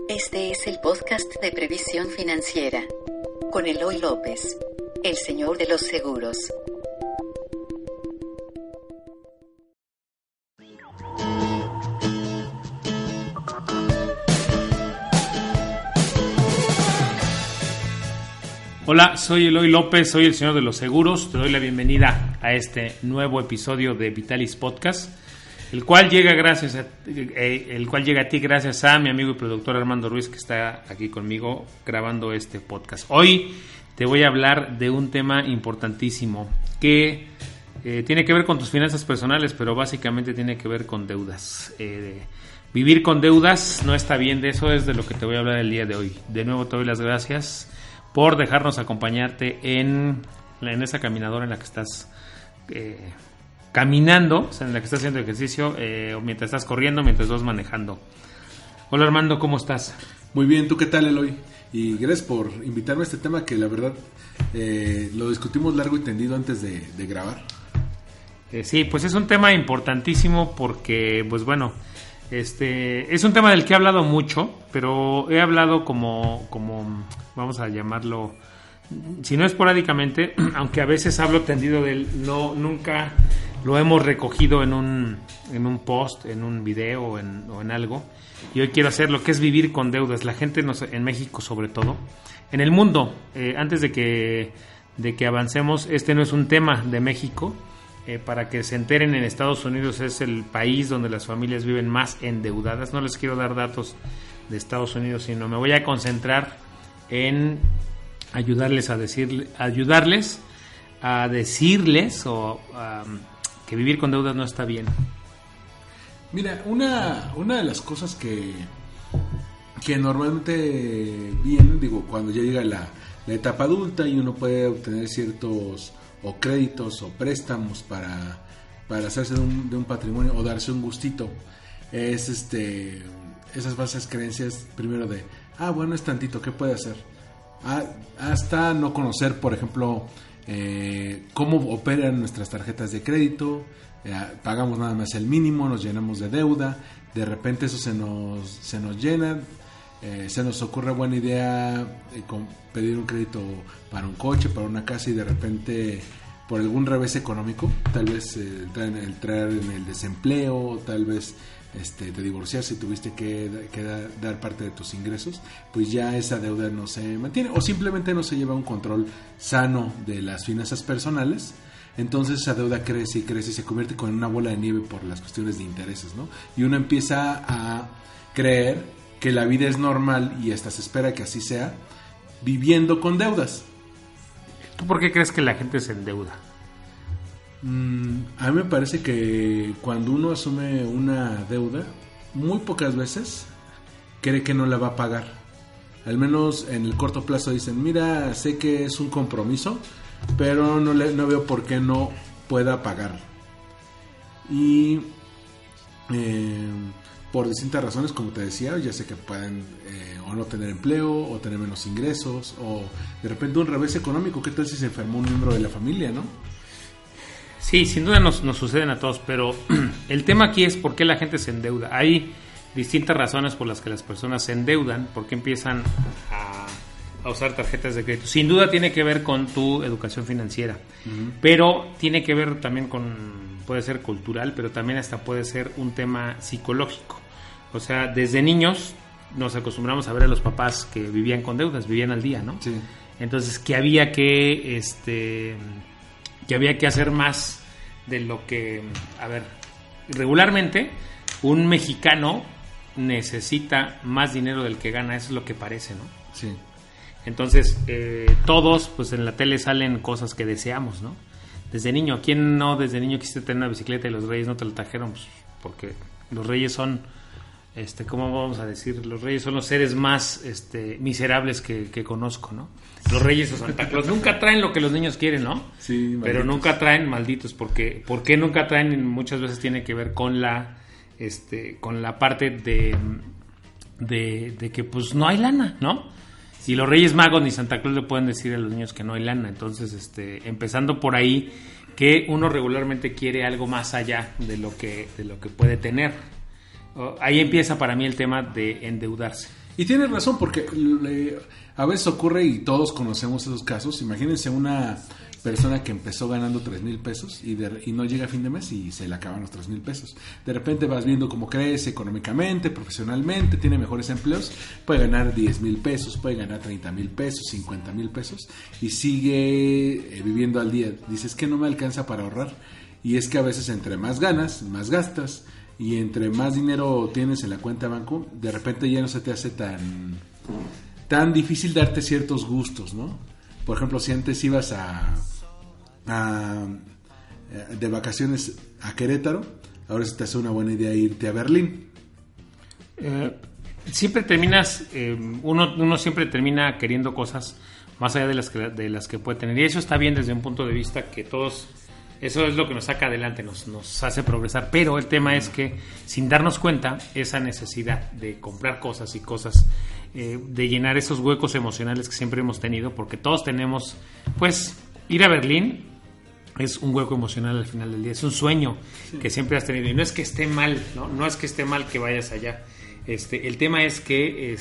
Este es el podcast de Previsión Financiera con Eloy López, el señor de los seguros. Hola, soy Eloy López, soy el señor de los seguros. Te doy la bienvenida a este nuevo episodio de Vitalis Podcast, el cual llega a ti gracias a mi amigo y productor Armando Ruiz, que está aquí conmigo grabando este podcast. Hoy te voy a hablar de un tema importantísimo que tiene que ver con tus finanzas personales, pero básicamente tiene que ver con deudas. Vivir con deudas no está bien, de eso es de lo que te voy a hablar el día de hoy. De nuevo te doy las gracias por dejarnos acompañarte en esa caminadora en la que estás caminando, o sea, en la que estás haciendo ejercicio, o mientras estás corriendo, mientras vas manejando. Hola Armando, ¿cómo estás? Muy bien, ¿tú qué tal, Eloy? Y gracias por invitarme a este tema que la verdad lo discutimos largo y tendido antes de grabar. Sí, pues es un tema importantísimo porque, pues bueno, es un tema del que he hablado mucho, pero he hablado como vamos a llamarlo, si no esporádicamente, aunque a veces hablo tendido de él, nunca lo hemos recogido en un post, en un video o en algo. Y hoy quiero hacer lo que es vivir con deudas. La gente en México, sobre todo, en el mundo, antes de que avancemos, este no es un tema de México. Para que se enteren, en Estados Unidos es el país donde las familias viven más endeudadas. No les quiero dar datos de Estados Unidos, sino me voy a concentrar en ayudarles a decirles que vivir con deudas no está bien. Mira, una de las cosas que normalmente vienen, cuando ya llega la etapa adulta y uno puede obtener ciertos o créditos o préstamos para hacerse de un patrimonio o darse un gustito, es esas falsas creencias, primero de bueno, es tantito, ¿qué puede hacer? Hasta no conocer, por ejemplo, cómo operan nuestras tarjetas de crédito. Pagamos nada más el mínimo, nos llenamos de deuda, de repente eso se nos llena. Se nos ocurre buena idea pedir un crédito para un coche, para una casa, y de repente por algún revés económico, tal vez entrar en el desempleo, tal vez te divorciarse y tuviste que dar parte de tus ingresos, pues ya esa deuda no se mantiene, o simplemente no se lleva un control sano de las finanzas personales. Entonces esa deuda crece y crece y se convierte en una bola de nieve por las cuestiones de intereses, ¿no? Y uno empieza a creer que la vida es normal y hasta se espera que así sea, viviendo con deudas. ¿Tú por qué crees que la gente se endeuda? A mí me parece que cuando uno asume una deuda, muy pocas veces cree que no la va a pagar. Al menos en el corto plazo dicen, mira, sé que es un compromiso, pero no veo por qué no pueda pagar. Y por distintas razones, como te decía, ya sé que pueden o no tener empleo, o tener menos ingresos, o de repente un revés económico. ¿Qué tal si se enfermó un miembro de la familia, no? Sí, sin duda nos suceden a todos, pero el tema aquí es por qué la gente se endeuda. Hay distintas razones por las que las personas se endeudan, por qué empiezan a usar tarjetas de crédito. Sin duda tiene que ver con tu educación financiera, pero tiene que ver también puede ser cultural, pero también hasta puede ser un tema psicológico. O sea, desde niños nos acostumbramos a ver a los papás que vivían con deudas, vivían al día, ¿no? Sí. Entonces, que había que hacer más de lo que, regularmente un mexicano necesita más dinero del que gana, eso es lo que parece, ¿no? Sí. Entonces, todos, pues en la tele salen cosas que deseamos, ¿no? Desde niño, ¿quién no desde niño quisiste tener una bicicleta y los reyes no te la trajeron? Pues porque los reyes son, ¿cómo vamos a decir? Los reyes son los seres más miserables que conozco, ¿no? Los reyes o Santa Claus nunca traen lo que los niños quieren, ¿no? Sí, malditos. Pero nunca traen, malditos, porque ¿por qué nunca traen? Muchas veces tiene que ver con la parte de que pues no hay lana, ¿no? Y los Reyes Magos ni Santa Claus le pueden decir a los niños que no hay lana. Entonces, empezando por ahí, que uno regularmente quiere algo más allá de lo que puede tener. Ahí empieza para mí el tema de endeudarse. Y tienes razón, porque a veces ocurre, y todos conocemos esos casos. Imagínense una persona que empezó ganando 3,000 pesos y no llega a fin de mes y se le acaban los 3,000 pesos. De repente vas viendo cómo crece económicamente, profesionalmente, tiene mejores empleos, puede ganar 10,000 pesos, puede ganar 30,000 pesos, 50,000 pesos y sigue viviendo al día. Dices que no me alcanza para ahorrar. Y es que a veces entre más ganas, más gastas. Y entre más dinero tienes en la cuenta de banco, de repente ya no se te hace tan difícil darte ciertos gustos, ¿no? Por ejemplo, si antes ibas de vacaciones a Querétaro, ahora se te hace una buena idea irte a Berlín. Siempre terminas, uno siempre termina queriendo cosas más allá de las que puede tener. Y eso está bien desde un punto de vista que todos... Eso es lo que nos saca adelante, nos hace progresar. Pero el tema es que, sin darnos cuenta, esa necesidad de comprar cosas y cosas, de llenar esos huecos emocionales que siempre hemos tenido, porque todos tenemos, pues, ir a Berlín es un hueco emocional al final del día, es un sueño que siempre has tenido. Y no es que esté mal, no es que esté mal que vayas allá. El tema es que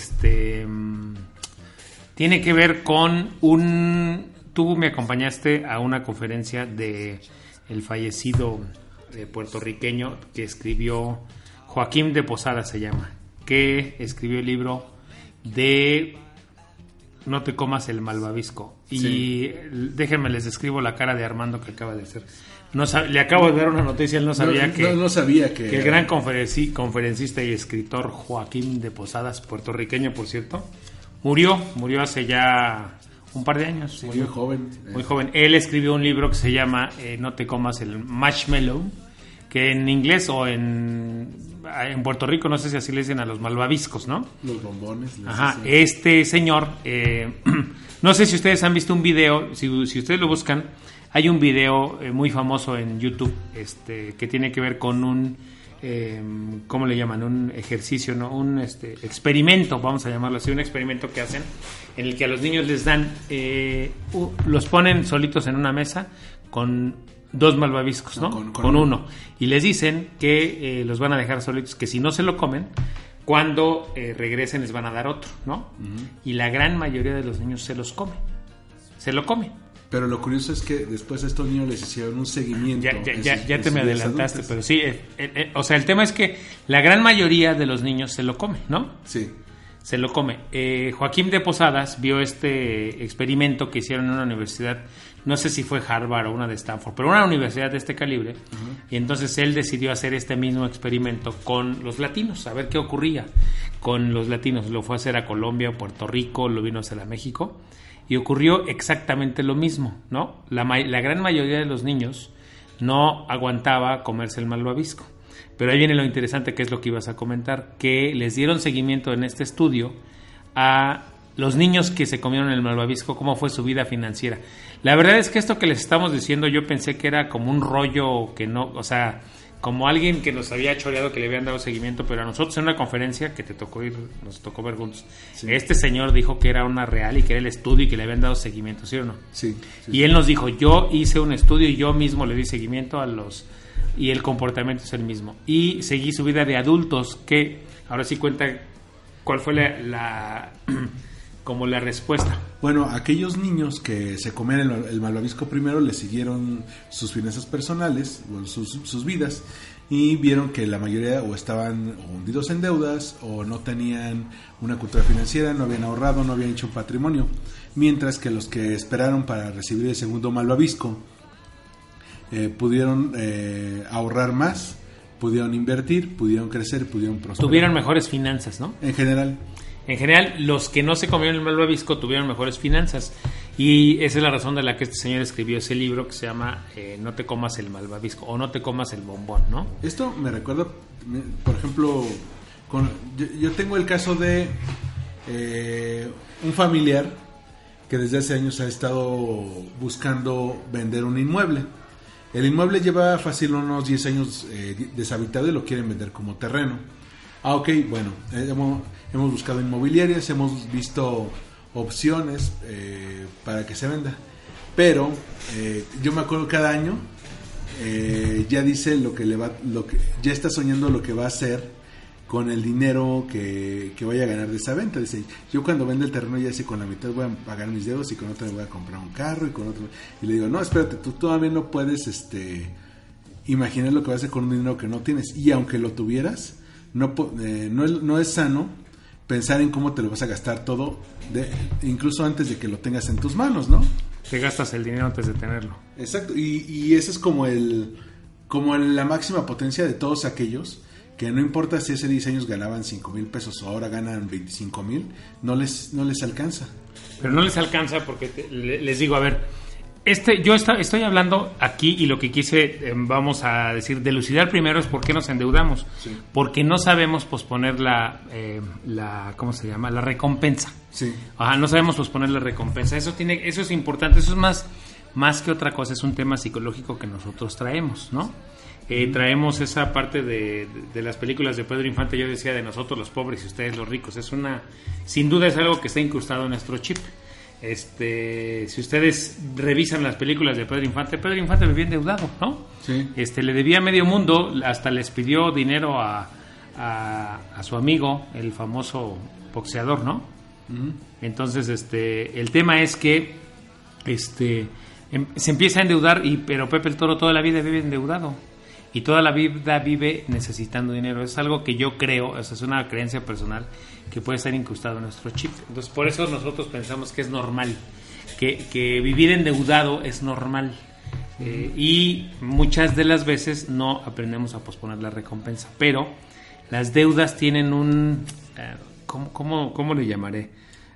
tiene que ver con Tú me acompañaste a una conferencia de el fallecido puertorriqueño que escribió, Joaquín de Posada se llama, que escribió el libro de No te comas el malvavisco. Y déjenme les describo la cara de Armando que acaba de hacer. Le acabo de dar una noticia, él no sabía que el gran conferencista y escritor Joaquín de Posadas, puertorriqueño por cierto, murió hace ya un par de años. Sí, muy joven. Muy joven. Él escribió un libro que se llama No te comas el marshmallow, que en inglés o en Puerto Rico, no sé si así le dicen a los malvaviscos, ¿no? Los bombones. Ajá. Este señor, no sé si ustedes han visto un video, si ustedes lo buscan, hay un video muy famoso en YouTube que tiene que ver con un... ¿cómo le llaman? Un ejercicio, ¿no? Un experimento, vamos a llamarlo así, un experimento que hacen en el que a los niños les dan, los ponen solitos en una mesa con 2 malvaviscos, ¿no? Con uno. Y les dicen que los van a dejar solitos, que si no se lo comen, cuando regresen les van a dar otro, ¿no? Uh-huh. Y la gran mayoría de los niños se lo come. Pero lo curioso es que después a estos niños les hicieron un seguimiento. Ya te me adelantaste, adultas. Pero sí, o sea, el tema es que la gran mayoría de los niños se lo come, ¿no? Sí. Se lo come. Joaquín de Posadas vio este experimento que hicieron en una universidad, no sé si fue Harvard o una de Stanford, pero una universidad de este calibre, uh-huh. Y entonces él decidió hacer este mismo experimento con los latinos, a ver qué ocurría con los latinos. Lo fue a hacer a Colombia, Puerto Rico, lo vino a hacer a México. Y ocurrió exactamente lo mismo, ¿no? La gran mayoría de los niños no aguantaba comerse el malvavisco. Pero ahí viene lo interesante, que es lo que ibas a comentar, que les dieron seguimiento en este estudio a los niños que se comieron el malvavisco, cómo fue su vida financiera. La verdad es que esto que les estamos diciendo, yo pensé que era como un rollo que no, o sea, como alguien que nos había choreado, que le habían dado seguimiento, pero a nosotros en una conferencia que nos tocó ver juntos, sí. Este señor dijo que era una real y que era el estudio y que le habían dado seguimiento, ¿sí o no? Sí. Y él nos dijo, yo hice un estudio y yo mismo le di seguimiento y el comportamiento es el mismo. Y seguí su vida de adultos, que ahora sí cuenta cuál fue como la respuesta. Bueno, aquellos niños que se comían el malvavisco primero le siguieron sus finanzas personales, bueno, sus vidas, y vieron que la mayoría o estaban hundidos en deudas o no tenían una cultura financiera, no habían ahorrado, no habían hecho un patrimonio, mientras que los que esperaron para recibir el segundo malvavisco pudieron ahorrar más, pudieron invertir, pudieron crecer, pudieron prosperar. Tuvieron mejores finanzas, ¿no? En general, los que no se comieron el malvavisco tuvieron mejores finanzas. Y esa es la razón de la que este señor escribió ese libro que se llama No te comas el malvavisco o No te comas el bombón, ¿no? Esto me recuerda, por ejemplo, yo tengo el caso de un familiar que desde hace años ha estado buscando vender un inmueble. El inmueble lleva fácil unos 10 años deshabitado y lo quieren vender como terreno. Ok, bueno, hemos buscado inmobiliarias, hemos visto opciones para que se venda, pero yo me acuerdo cada año ya dice ya está soñando lo que va a hacer con el dinero que vaya a ganar de esa venta. Dice, yo cuando venda el terreno ya sé con la mitad voy a pagar mis deudas y con otra voy a comprar un carro y con otro... Y le digo, no, espérate, tú todavía no puedes imaginar lo que vas a hacer con un dinero que no tienes. Y aunque lo tuvieras, no es sano pensar en cómo te lo vas a gastar todo, incluso antes de que lo tengas en tus manos, ¿no? Te gastas el dinero antes de tenerlo. Exacto, y esa es como la máxima potencia de todos aquellos que no importa si hace 10 años ganaban 5,000 pesos o ahora ganan 25,000, no les alcanza. Pero no les alcanza porque les digo, a ver, yo estoy hablando aquí y lo que quise, vamos a decir, delucidar primero es por qué nos endeudamos. Sí. Porque no sabemos posponer ¿cómo se llama? La recompensa. Sí. Ajá, no sabemos posponer la recompensa. Eso es importante, eso es más que otra cosa, es un tema psicológico que nosotros traemos, ¿no? Traemos esa parte de las películas de Pedro Infante. Yo decía de nosotros los pobres y ustedes los ricos. Sin duda es algo que está incrustado en nuestro chip. Si ustedes revisan las películas de Pedro Infante vivía endeudado, ¿no? Sí. Le debía a medio mundo, hasta les pidió dinero a su amigo, el famoso boxeador, ¿no? Uh-huh. Entonces, el tema es que se empieza a endeudar, pero Pepe el Toro toda la vida vive endeudado. Y toda la vida vive necesitando dinero. Es algo que yo creo, es una creencia personal que puede estar incrustado en nuestro chip. Entonces, por eso nosotros pensamos que es normal, que vivir endeudado es normal. Y muchas de las veces no aprendemos a posponer la recompensa. Pero las deudas tienen un... ¿Cómo le llamaré?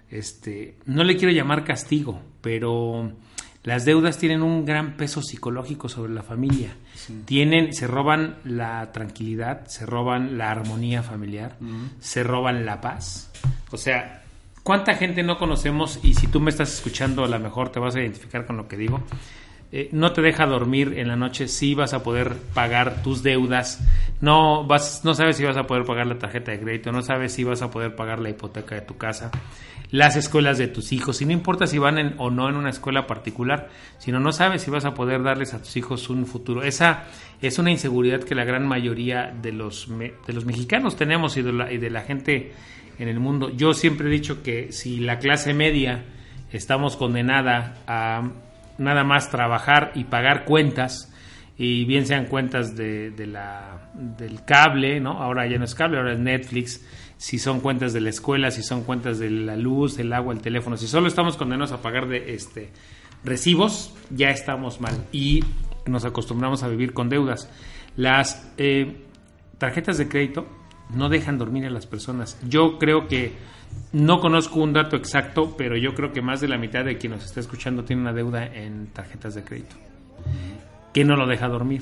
No le quiero llamar castigo, pero... Las deudas tienen un gran peso psicológico sobre la familia. Sí. Se roban la tranquilidad, se roban la armonía familiar, se roban la paz. O sea, ¿cuánta gente no conocemos? Y si tú me estás escuchando, a lo mejor te vas a identificar con lo que digo. No te deja dormir en la noche, sí vas a poder pagar tus deudas. No sabes si vas a poder pagar la tarjeta de crédito, no sabes si vas a poder pagar la hipoteca de tu casa, las escuelas de tus hijos, y no importa si van o no en una escuela particular, sino no sabes si vas a poder darles a tus hijos un futuro. Esa es una inseguridad que la gran mayoría de los mexicanos tenemos y de la gente en el mundo. Yo siempre he dicho que si la clase media estamos condenada a nada más trabajar y pagar cuentas, y bien sean cuentas del cable, ¿no? Ahora ya no es cable, ahora es Netflix. Si son cuentas de la escuela, si son cuentas de la luz, el agua, el teléfono, si solo estamos condenados a pagar recibos, ya estamos mal y nos acostumbramos a vivir con deudas. Las tarjetas de crédito no dejan dormir a las personas. Yo creo que no conozco un dato exacto, pero yo creo que más de la mitad de quien nos está escuchando tiene una deuda en tarjetas de crédito que no lo deja dormir.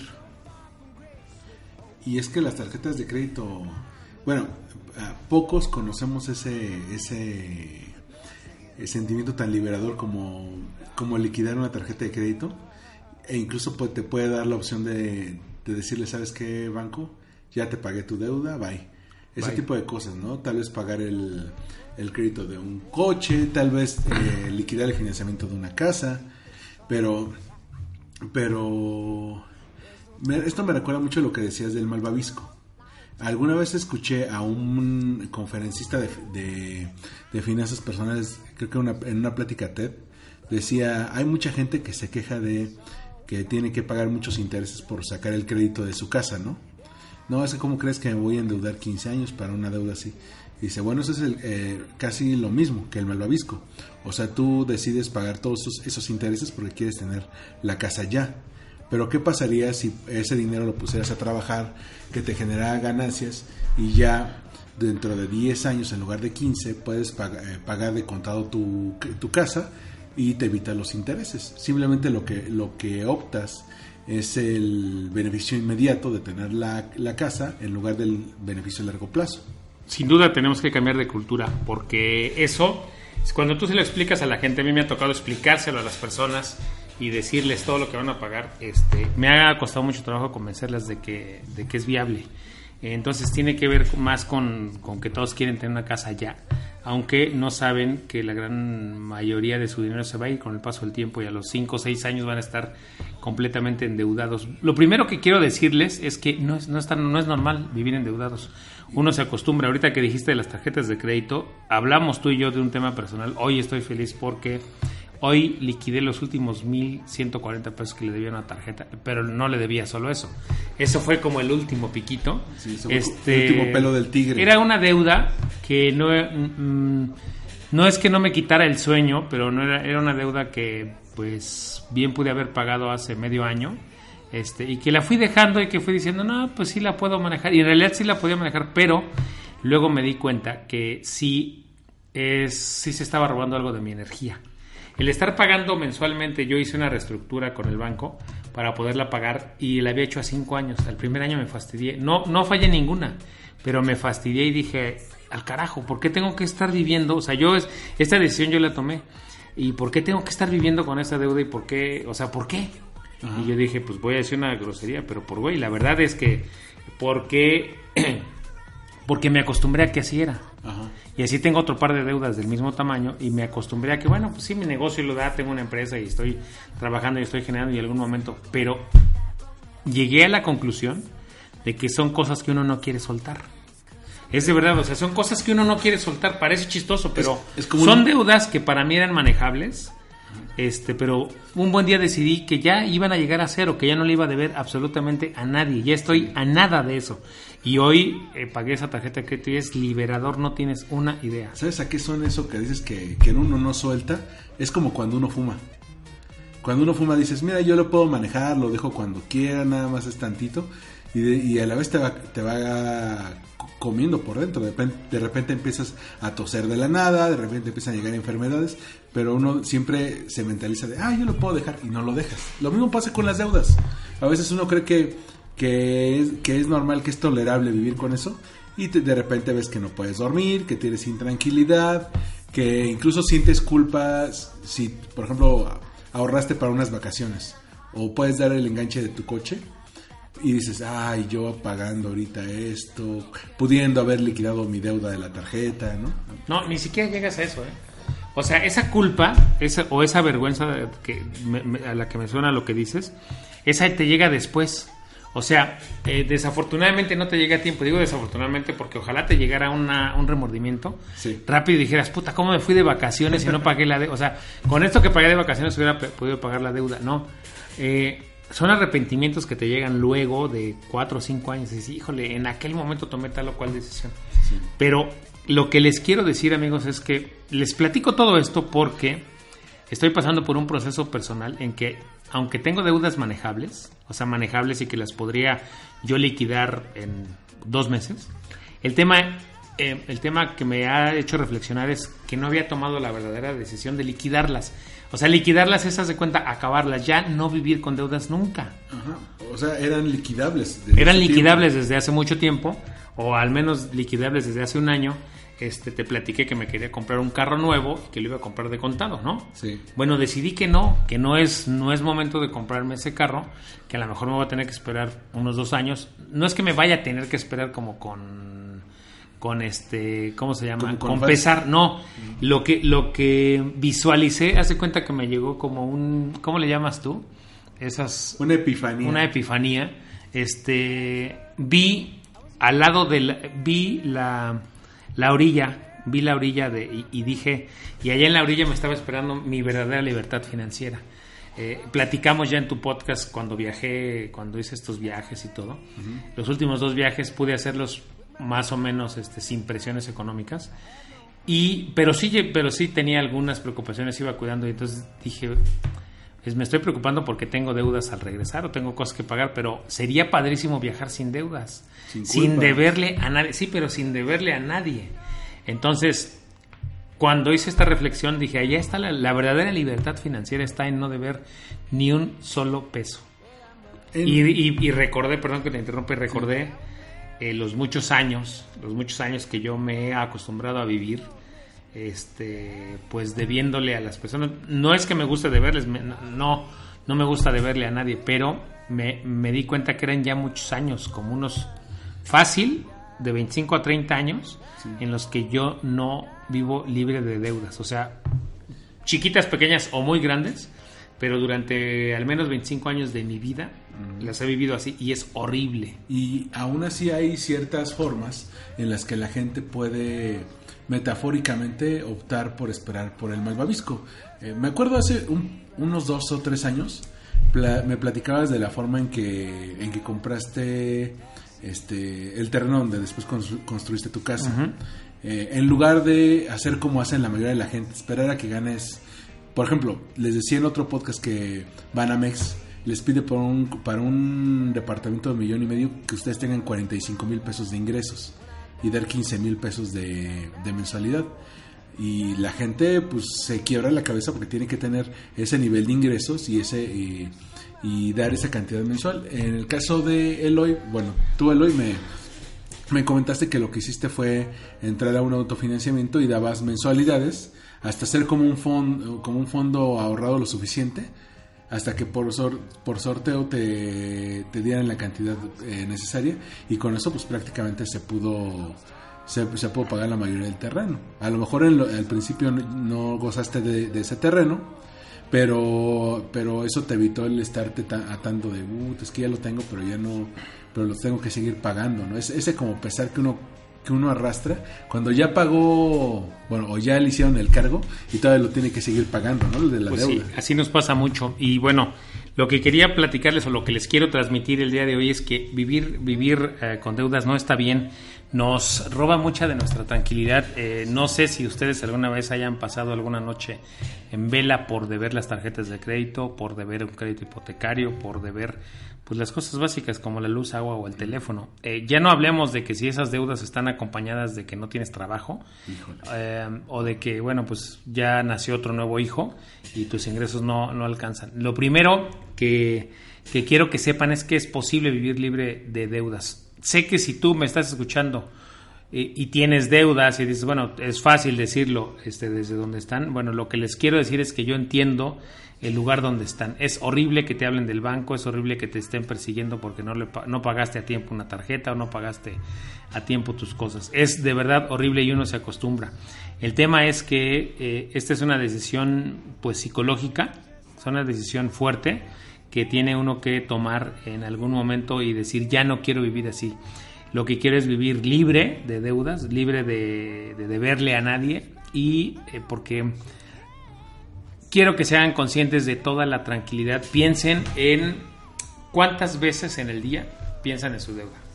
Y es que las tarjetas de crédito, bueno, pocos conocemos ese sentimiento tan liberador como liquidar una tarjeta de crédito, e incluso te puede dar la opción de decirle, ¿sabes qué, banco? Ya te pagué tu deuda, bye. Ese tipo de cosas, ¿no? Tal vez pagar el crédito de un coche, tal vez liquidar el financiamiento de una casa, pero esto me recuerda mucho a lo que decías del malvavisco. Alguna vez escuché a un conferencista de finanzas personales, creo que en una plática TED, decía, hay mucha gente que se queja de que tiene que pagar muchos intereses por sacar el crédito de su casa, ¿no? No, es que ¿cómo crees que me voy a endeudar 15 años para una deuda así? Y dice, bueno, eso es casi lo mismo que el malvavisco. O sea, tú decides pagar todos esos intereses porque quieres tener la casa ya. Pero ¿qué pasaría si ese dinero lo pusieras a trabajar, que te generara ganancias y ya dentro de 10 años en lugar de 15 puedes pagar de contado tu casa y te evitas los intereses? Simplemente lo que optas es el beneficio inmediato de tener la casa en lugar del beneficio a largo plazo. Sin duda tenemos que cambiar de cultura, porque eso, cuando tú se lo explicas a la gente, a mí me ha tocado explicárselo a las personas y decirles todo lo que van a pagar, me ha costado mucho trabajo convencerlas de que es viable. Entonces tiene que ver más con que todos quieren tener una casa ya, aunque no saben que la gran mayoría de su dinero se va a ir con el paso del tiempo y a los 5 o 6 años van a estar completamente endeudados. Lo primero que quiero decirles es que no es normal vivir endeudados. uno se acostumbra. Ahorita que dijiste de las tarjetas de crédito, hablamos tú y yo de un tema personal. Hoy estoy feliz porque hoy liquidé los últimos 1,140 pesos que le debía a una tarjeta, pero no le debía solo eso. Eso fue como el último piquito. Sí, el último pelo del tigre. Era una deuda que no es que no me quitara el sueño, pero era una deuda que pues bien pude haber pagado hace medio año. Y que la fui dejando y que fui diciendo, no, pues sí la puedo manejar. Y en realidad sí la podía manejar, pero luego me di cuenta que sí se estaba robando algo de mi energía. El estar pagando mensualmente, yo hice una reestructura con el banco para poderla pagar y la había hecho a 5 años. Al primer año me fastidié. No fallé ninguna, pero me fastidié y dije, al carajo, ¿por qué tengo que estar viviendo? O sea, esta decisión yo la tomé. ¿Y por qué tengo que estar viviendo con esa deuda? ¿Y por qué? O sea, ¿por qué? Ajá. Y yo dije, pues voy a decir una grosería, pero por güey, la verdad es que porque me acostumbré a que así era. Ajá. Y así tengo otro par de deudas del mismo tamaño y me acostumbré a que, bueno, pues sí, mi negocio lo da, tengo una empresa y estoy trabajando y estoy generando y en algún momento, pero llegué a la conclusión de que son cosas que uno no quiere soltar. Es de verdad, o sea, son cosas que uno no quiere soltar, parece chistoso, pero es como son deudas que para mí eran manejables. Pero un buen día decidí que ya iban a llegar a cero, que ya no le iba a deber absolutamente a nadie, ya estoy a nada de eso. Y hoy pagué esa tarjeta de crédito y es liberador, no tienes una idea. ¿Sabes a qué son eso que dices que uno no suelta? Es como cuando uno fuma. Cuando uno fuma dices, mira, yo lo puedo manejar, lo dejo cuando quiera, nada más es tantito. Y a la vez te va comiendo por dentro. De repente empiezas a toser de la nada, de repente empiezan a llegar enfermedades, pero uno siempre se mentaliza de, yo lo puedo dejar, y no lo dejas. Lo mismo pasa con las deudas. A veces uno cree que es normal, que es tolerable vivir con eso, y de repente ves que no puedes dormir, que tienes intranquilidad, que incluso sientes culpas si, por ejemplo, ahorraste para unas vacaciones, o puedes dar el enganche de tu coche, y dices, yo pagando ahorita esto, pudiendo haber liquidado mi deuda de la tarjeta, ¿no? No, ni siquiera llegas a eso, O sea, esa culpa, esa vergüenza a la que me suena lo que dices, esa te llega después. O sea, desafortunadamente no te llega a tiempo. Digo desafortunadamente porque ojalá te llegara un remordimiento. Sí. Rápido y dijeras, puta, ¿cómo me fui de vacaciones y no pagué la deuda? O sea, con esto que pagué de vacaciones hubiera podido pagar la deuda. No, son arrepentimientos que te llegan luego de 4 o 5 años. Y dices, híjole, en aquel momento tomé tal o cual decisión. Sí. Pero lo que les quiero decir, amigos, es que les platico todo esto porque estoy pasando por un proceso personal en que, aunque tengo deudas manejables, o sea, manejables y que las podría yo liquidar en 2 meses, el tema que me ha hecho reflexionar es que no había tomado la verdadera decisión de liquidarlas. O sea, liquidarlas es, haz de cuenta, acabarlas, ya no vivir con deudas nunca. Ajá. O sea, eran liquidables. Eran liquidables desde hace mucho tiempo, o al menos liquidables desde hace un año. Te platiqué que me quería comprar un carro nuevo y que lo iba a comprar de contado, ¿no? Sí. Bueno, decidí que no es momento de comprarme ese carro, que a lo mejor me voy a tener que esperar unos 2 años. No es que me vaya a tener que esperar como con ¿cómo se llama? Con pesar, no. Lo que visualicé, hace cuenta que me llegó como ¿cómo le llamas tú? Una epifanía. Una epifanía. Vi al lado vi la orilla y dije, y allá en la orilla me estaba esperando mi verdadera libertad financiera. Platicamos ya en tu podcast cuando hice estos viajes y todo. Uh-huh. Los últimos 2 viajes pude hacerlos más o menos sin presiones económicas, pero sí tenía algunas preocupaciones, iba cuidando, y entonces dije, me estoy preocupando porque tengo deudas al regresar o tengo cosas que pagar, pero sería padrísimo viajar sin deudas, sin deberle a nadie. Sí, pero sin deberle a nadie. Entonces, cuando hice esta reflexión, dije, allá está la verdadera libertad financiera, está en no deber ni un solo peso. Y recordé, perdón que te interrumpa, recordé los muchos años que yo me he acostumbrado a vivir, pues debiéndole a las personas. No es que me guste deberles, no me gusta deberle a nadie, pero me di cuenta que eran ya muchos años, como unos fácil de 25 a 30 años, sí, en los que yo no vivo libre de deudas. O sea, chiquitas, pequeñas o muy grandes, pero durante al menos 25 años de mi vida Las he vivido así y es horrible. Y aún así hay ciertas formas en las que la gente puede metafóricamente optar por esperar por el malvavisco. Me acuerdo hace unos 2 o 3 años me platicabas de la forma en que compraste el terreno donde después construiste tu casa. Uh-huh. En lugar de hacer como hacen la mayoría de la gente, esperar a que ganes. Por ejemplo, les decía en otro podcast que Banamex les pide para un departamento de $1.500.000 que ustedes tengan 45,000 pesos de ingresos y dar 15,000 pesos de mensualidad. Y la gente pues se quiebra la cabeza porque tiene que tener ese nivel de ingresos y dar esa cantidad mensual. En el caso de Eloy, bueno, tú Eloy me comentaste que lo que hiciste fue entrar a un autofinanciamiento y dabas mensualidades hasta hacer como un fondo ahorrado lo suficiente hasta que por sorteo te dieran la cantidad necesaria, y con eso pues prácticamente se pudo pagar la mayoría del terreno. A lo mejor al principio no gozaste de ese terreno, pero eso te evitó el estarte atando de es que ya lo tengo, pero lo tengo que seguir pagando, ¿no? Ese como pesar que uno arrastra cuando ya pagó, bueno, o ya le hicieron el cargo y todavía lo tiene que seguir pagando, ¿no? El de la deuda. Sí, así nos pasa mucho. Y bueno, lo que quería platicarles o lo que les quiero transmitir el día de hoy es que vivir con deudas no está bien. Nos roba mucha de nuestra tranquilidad. No sé si ustedes alguna vez hayan pasado alguna noche en vela por deber las tarjetas de crédito, por deber un crédito hipotecario, por deber pues las cosas básicas como la luz, agua o el teléfono. Ya no hablemos de que si esas deudas están acompañadas de que no tienes trabajo, o de que bueno pues ya nació otro nuevo hijo y tus ingresos no alcanzan. Lo primero que quiero que sepan es que es posible vivir libre de deudas. Sé que si tú me estás escuchando y tienes deudas y dices, bueno, es fácil decirlo desde donde están. Bueno, lo que les quiero decir es que yo entiendo el lugar donde están. Es horrible que te hablen del banco, es horrible que te estén persiguiendo porque no pagaste a tiempo una tarjeta o no pagaste a tiempo tus cosas. Es de verdad horrible y uno se acostumbra. El tema es que esta es una decisión pues psicológica, es una decisión fuerte que tiene uno que tomar en algún momento y decir, ya no quiero vivir así. Lo que quiero es vivir libre de deudas, libre de deberle a nadie, y porque quiero que sean conscientes de toda la tranquilidad. Piensen en cuántas veces en el día piensan en su deuda.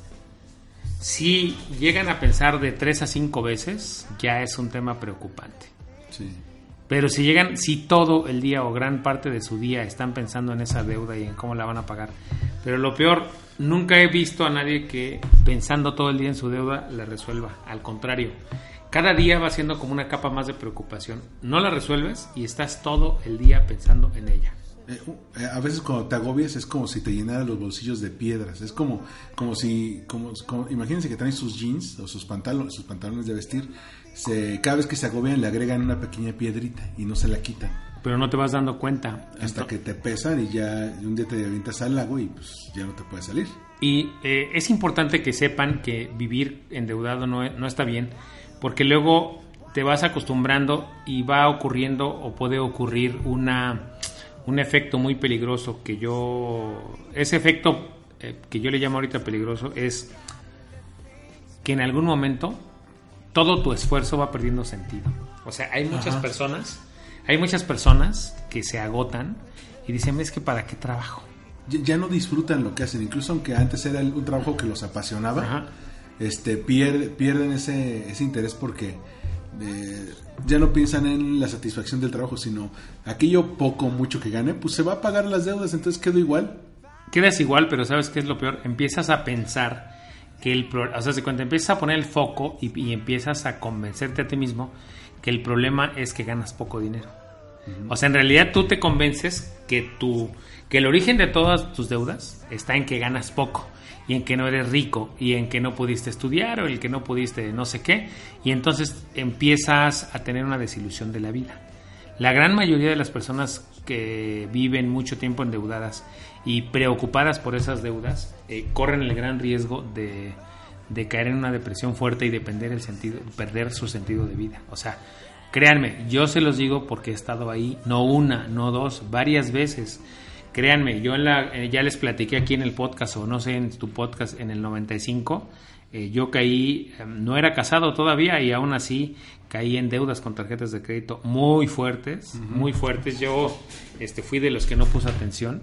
Si llegan a pensar de 3 a 5 veces, ya es un tema preocupante. Sí. Pero si todo el día o gran parte de su día están pensando en esa deuda y en cómo la van a pagar. Pero lo peor, nunca he visto a nadie que pensando todo el día en su deuda la resuelva. Al contrario, cada día va siendo como una capa más de preocupación. No la resuelves y estás todo el día pensando en ella. A veces cuando te agobias es como si te llenaran los bolsillos de piedras. Es como si imagínense que traen sus jeans o sus pantalones de vestir. Cada vez que se agobian le agregan una pequeña piedrita y no se la quitan. Pero no te vas dando cuenta. Hasta que te pesan y ya un día te avientas al lago y pues ya no te puedes salir. Y es importante que sepan que vivir endeudado no está bien, porque luego te vas acostumbrando y va ocurriendo o puede ocurrir un efecto muy peligroso ese efecto que yo le llamo ahorita peligroso es que en algún momento todo tu esfuerzo va perdiendo sentido. O sea, hay muchas personas que se agotan y dicen, es que ¿para qué trabajo? Ya no disfrutan lo que hacen, incluso aunque antes era un trabajo que los apasionaba. Ajá. Pierden ese interés porque ya no piensan en la satisfacción del trabajo, sino aquello poco o mucho que gane, pues se va a pagar las deudas, entonces quedo igual. Quedas igual, pero ¿sabes qué es lo peor? Empiezas a pensar que cuando empiezas a poner el foco y empiezas a convencerte a ti mismo que el problema es que ganas poco dinero. Uh-huh. O sea, en realidad tú te convences que el origen de todas tus deudas está en que ganas poco y en que no eres rico y en que no pudiste estudiar o el que no pudiste no sé qué, y entonces empiezas a tener una desilusión de la vida. La gran mayoría de las personas que viven mucho tiempo endeudadas y preocupadas por esas deudas corren el gran riesgo de caer en una depresión fuerte y de perder su sentido de vida. O sea, créanme, yo se los digo porque he estado ahí, no una, no dos, varias veces. créanme, yo ya les platiqué aquí en el podcast, o no sé, en tu podcast, en el 95, yo caí, no era casado todavía, y aún así caí en deudas con tarjetas de crédito muy fuertes, muy fuertes. Yo fui de los que no puso atención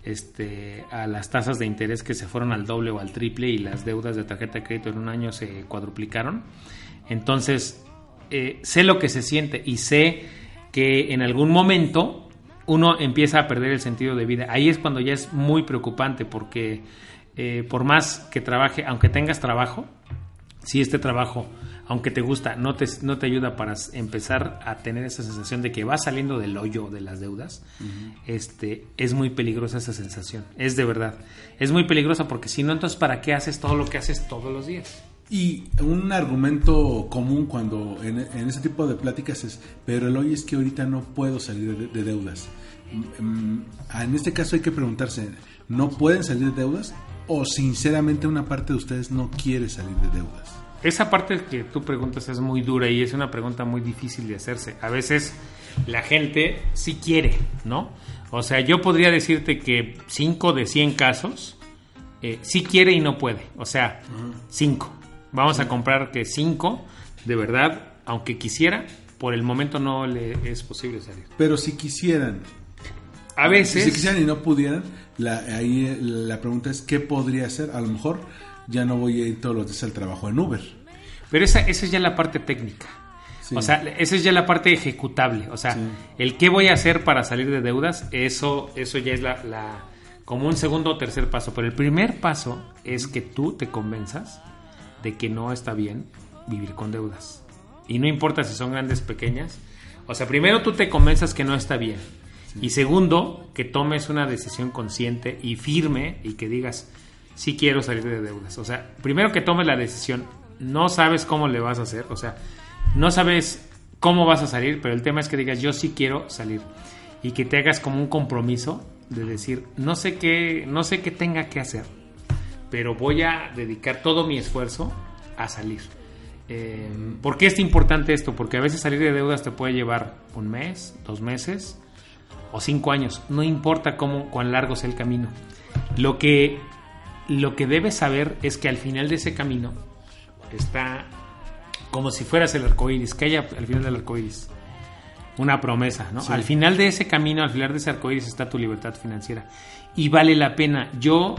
a las tasas de interés que se fueron al doble o al triple, y las deudas de tarjeta de crédito en un año se cuadruplicaron. Entonces, sé lo que se siente, y sé que en algún momento uno empieza a perder el sentido de vida. Ahí es cuando ya es muy preocupante, porque por más que trabaje, aunque tengas trabajo, si este trabajo, aunque te gusta, no te ayuda para empezar a tener esa sensación de que vas saliendo del hoyo de las deudas, es muy peligrosa esa sensación. Es de verdad, es muy peligrosa, porque si no, entonces ¿para qué haces todo lo que haces todos los días? Y un argumento común cuando en ese tipo de pláticas es, pero el hoy es que ahorita no puedo salir de deudas. En este caso hay que preguntarse, ¿no pueden salir de deudas? ¿O sinceramente una parte de ustedes no quiere salir de deudas? Esa parte que tú preguntas es muy dura, y es una pregunta muy difícil de hacerse. A veces la gente sí quiere, ¿no? O sea, yo podría decirte que 5 de 100 casos sí quiere y no puede. O sea, 5. Vamos a comprar que 5, de verdad, aunque quisiera, por el momento no le es posible salir. Pero si quisieran, a veces, si quisieran y no pudieran, ahí la pregunta es, ¿qué podría hacer? A lo mejor ya no voy a ir todos los días al trabajo en Uber. Pero esa es ya la parte técnica. Sí. O sea, esa es ya la parte ejecutable. O sea, el qué voy a hacer para salir de deudas, eso ya es como un segundo o tercer paso. Pero el primer paso es que tú te convenzas de que no está bien vivir con deudas. Y no importa si son grandes o pequeñas. O sea, primero tú te convenzas que no está bien. Sí. Y segundo, que tomes una decisión consciente y firme, y que digas, sí quiero salir de deudas. O sea, primero que tomes la decisión. No sabes cómo le vas a hacer. O sea, no sabes cómo vas a salir, pero el tema es que digas, yo sí quiero salir. Y que te hagas como un compromiso de decir, no sé qué tenga que hacer, pero voy a dedicar todo mi esfuerzo a salir. ¿Por qué es importante esto? Porque a veces salir de deudas te puede llevar 1 mes, 2 meses o 5 años. No importa cuán largo sea el camino. Lo que debes saber es que al final de ese camino está como si fueras el arcoíris, que haya al final del arcoíris una promesa, ¿no? Sí. Al final de ese camino, al final de ese arcoíris está tu libertad financiera. Y vale la pena. Yo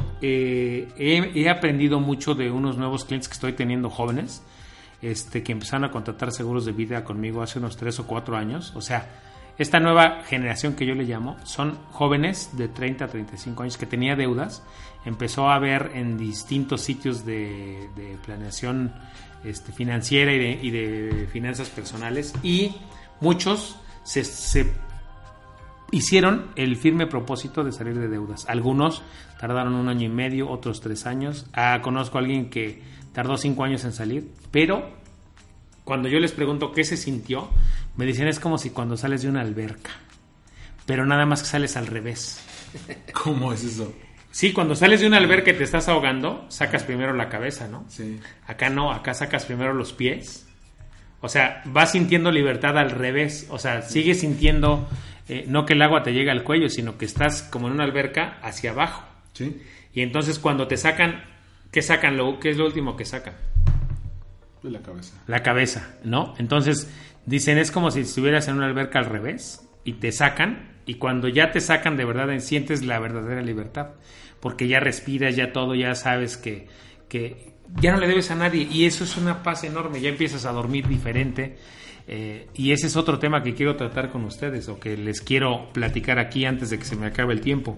he aprendido mucho de unos nuevos clientes que estoy teniendo, jóvenes, que empezaron a contratar seguros de vida conmigo hace unos 3 o 4 años. O sea, esta nueva generación que yo le llamo, son jóvenes de 30 a 35 años que tenía deudas. Empezó a ver en distintos sitios de planeación financiera y de finanzas personales, y muchos se hicieron el firme propósito de salir de deudas. Algunos tardaron 1 año y medio, otros 3 años. Conozco a alguien que tardó 5 años en salir, pero cuando yo les pregunto qué se sintió, me dicen, es como si cuando sales de una alberca, pero nada más que sales al revés. ¿Cómo es eso? Sí, cuando sales de una alberca y te estás ahogando, sacas primero la cabeza, ¿no? Sí. Acá no, acá sacas primero los pies. O sea, vas sintiendo libertad al revés. O sea, sigues sintiendo, no que el agua te llegue al cuello, sino que estás como en una alberca hacia abajo. Sí. Y entonces cuando te sacan, ¿qué sacan? ¿Qué es lo último que sacan? La cabeza. La cabeza, ¿no? Entonces dicen, es como si estuvieras en una alberca al revés y te sacan, y cuando ya te sacan de verdad sientes la verdadera libertad, porque ya respiras, ya todo, ya sabes que ya no le debes a nadie, y eso es una paz enorme. Ya empiezas a dormir diferente, y ese es otro tema que quiero tratar con ustedes, o que les quiero platicar aquí antes de que se me acabe el tiempo.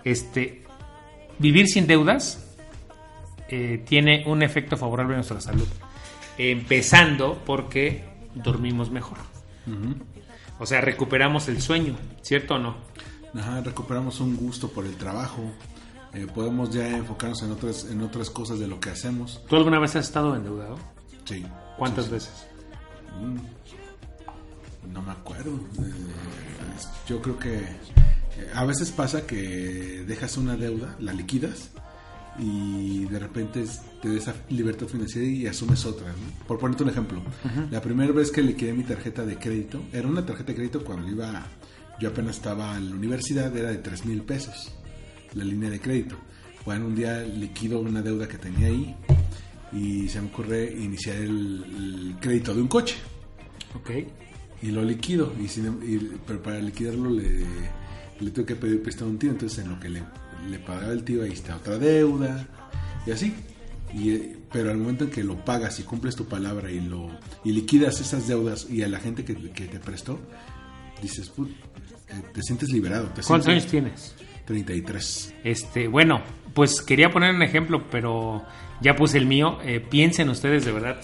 Vivir sin deudas tiene un efecto favorable en nuestra salud, empezando porque dormimos mejor. Uh-huh. O sea, recuperamos el sueño, ¿cierto o no? Ajá, recuperamos un gusto por el trabajo. Podemos ya enfocarnos en otras cosas de lo que hacemos. ¿Tú alguna vez has estado endeudado? Sí. ¿Cuántas veces? No me acuerdo. Yo creo que a veces pasa que dejas una deuda, la liquidas, y de repente te des libertad financiera y asumes otra, ¿no? Por ponerte un ejemplo, uh-huh. La primera vez que liquidé mi tarjeta de crédito, era una tarjeta de crédito cuando iba yo apenas estaba en la universidad, era de 3,000 pesos la línea de crédito. Bueno, un día liquido una deuda que tenía ahí y se me ocurre iniciar el crédito de un coche. Ok. Y lo liquido, pero para liquidarlo le tuve que pedir prestado a un tío, entonces en lo que le pagaba el tío, ahí está otra deuda, y así. Pero al momento en que lo pagas y cumples tu palabra y liquidas esas deudas y a la gente que te prestó, dices, te sientes liberado. ¿Cuántos años tienes? 33. Bueno, pues quería poner un ejemplo, pero ya puse el mío. Piensen ustedes de verdad,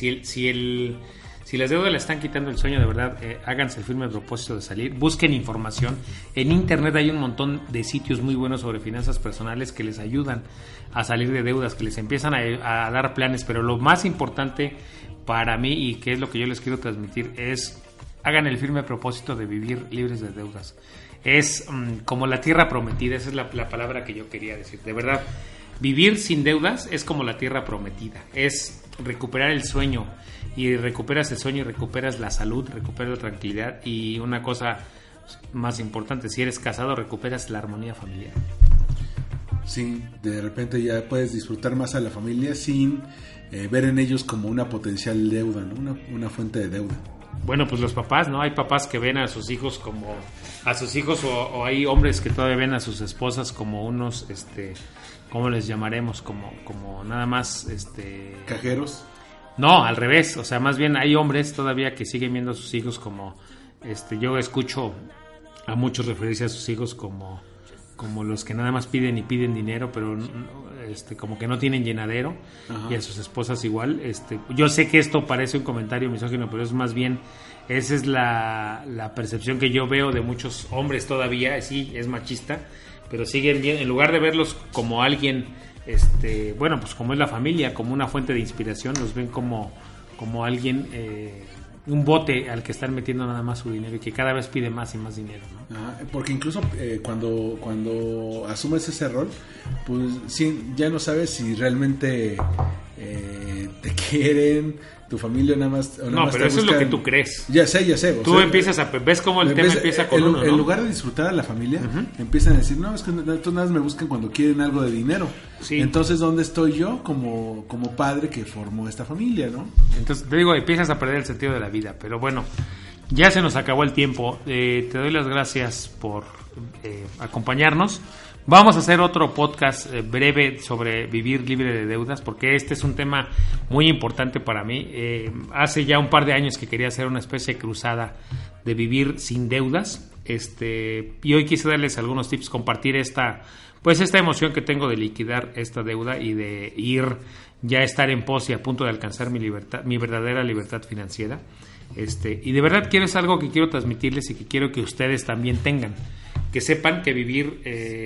si las deudas le están quitando el sueño, de verdad, háganse el firme propósito de salir. Busquen información. En internet hay un montón de sitios muy buenos sobre finanzas personales que les ayudan a salir de deudas, que les empiezan a dar planes. Pero lo más importante para mí, y que es lo que yo les quiero transmitir, es hagan el firme propósito de vivir libres de deudas. Es como la tierra prometida, esa es la palabra que yo quería decir. De verdad, vivir sin deudas es como la tierra prometida. Es recuperar el sueño. Y recuperas el sueño y recuperas la salud, recuperas la tranquilidad y una cosa más importante, si eres casado, recuperas la armonía familiar. Sí, de repente ya puedes disfrutar más a la familia sin ver en ellos como una potencial deuda, ¿no? Una fuente de deuda. Bueno, pues los papás, ¿no? Hay papás que ven a sus hijos como a sus hijos o hay hombres que todavía ven a sus esposas como unos, ¿cómo les llamaremos? Como nada más, ¿Cajeros? No, al revés, o sea, más bien hay hombres todavía que siguen viendo a sus hijos como, yo escucho a muchos referirse a sus hijos como los que nada más piden dinero, pero como que no tienen llenadero. Ajá. Y a sus esposas igual. Yo sé que esto parece un comentario misógino, pero es más bien, esa es la percepción que yo veo de muchos hombres todavía, sí, es machista, pero siguen bien, en lugar de verlos como alguien... pues como es la familia, como una fuente de inspiración, los ven como alguien, un bote al que están metiendo nada más su dinero y que cada vez pide más y más dinero, ¿no? Porque incluso cuando asumes ese rol, pues sí, ya no sabes si realmente te quieren, tu familia nada más... No, pero eso es lo que tú crees. Ya sé. Tú empiezas ves cómo el tema empieza con uno, ¿no? En lugar de disfrutar a la familia, empiezan a decir, no, es que estos nada más me buscan cuando quieren algo de dinero. Sí. Entonces, ¿dónde estoy yo como padre que formó esta familia, no? Entonces, te digo, empiezas a perder el sentido de la vida. Pero bueno, ya se nos acabó el tiempo. Te doy las gracias por acompañarnos. Vamos a hacer otro podcast breve sobre vivir libre de deudas, porque este es un tema muy importante para mí. Hace ya un par de años que quería hacer una especie de cruzada de vivir sin deudas. Y hoy quise darles algunos tips, compartir esta emoción que tengo de liquidar esta deuda y de ya estar en pos y a punto de alcanzar mi verdadera libertad financiera. Y de verdad es algo que quiero transmitirles y que quiero que ustedes también tengan. Que sepan que vivir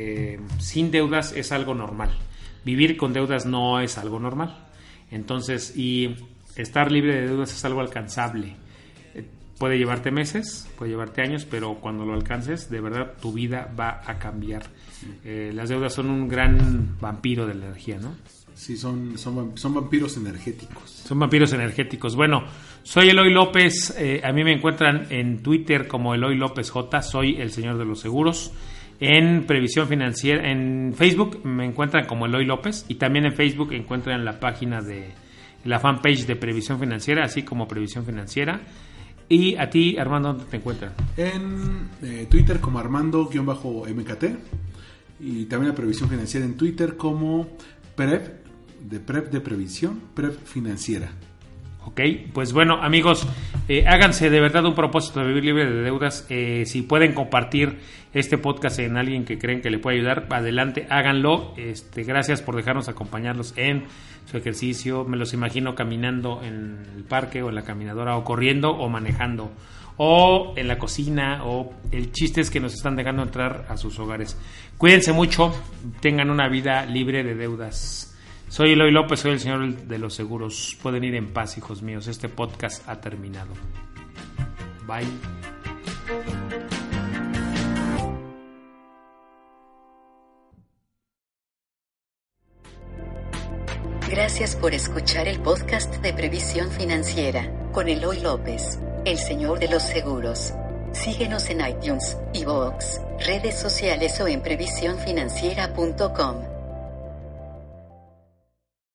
sin deudas es algo normal. Vivir con deudas no es algo normal. Entonces, y estar libre de deudas es algo alcanzable. Puede llevarte meses, puede llevarte años, pero cuando lo alcances, de verdad, tu vida va a cambiar. Las deudas son un gran vampiro de la energía, ¿no? Sí, son vampiros energéticos. Son vampiros energéticos. Bueno, soy Eloy López. A mí me encuentran en Twitter como Eloy López J. Soy el señor de los seguros. En Previsión Financiera, en Facebook me encuentran como Eloy López. Y también en Facebook encuentran la página la fanpage de Previsión Financiera, así como Previsión Financiera. Y a ti, Armando, ¿dónde te encuentran? En Twitter como Armando-MKT. Y también la Previsión Financiera en Twitter como Prep de previsión, Prep Financiera. Ok, pues bueno, amigos, háganse de verdad un propósito de vivir libre de deudas. Si pueden compartir este podcast en alguien que creen que le puede ayudar, adelante, háganlo. Gracias por dejarnos acompañarlos en su ejercicio. Me los imagino caminando en el parque o en la caminadora, o corriendo o manejando, o en la cocina, o el chiste es que nos están dejando entrar a sus hogares. Cuídense mucho, tengan una vida libre de deudas. Soy Eloy López, soy el señor de los seguros. Pueden ir en paz, hijos míos. Este podcast ha terminado. Bye. Gracias por escuchar el podcast de Previsión Financiera con Eloy López, el señor de los seguros. Síguenos en iTunes, iVoox, redes sociales o en previsiónfinanciera.com.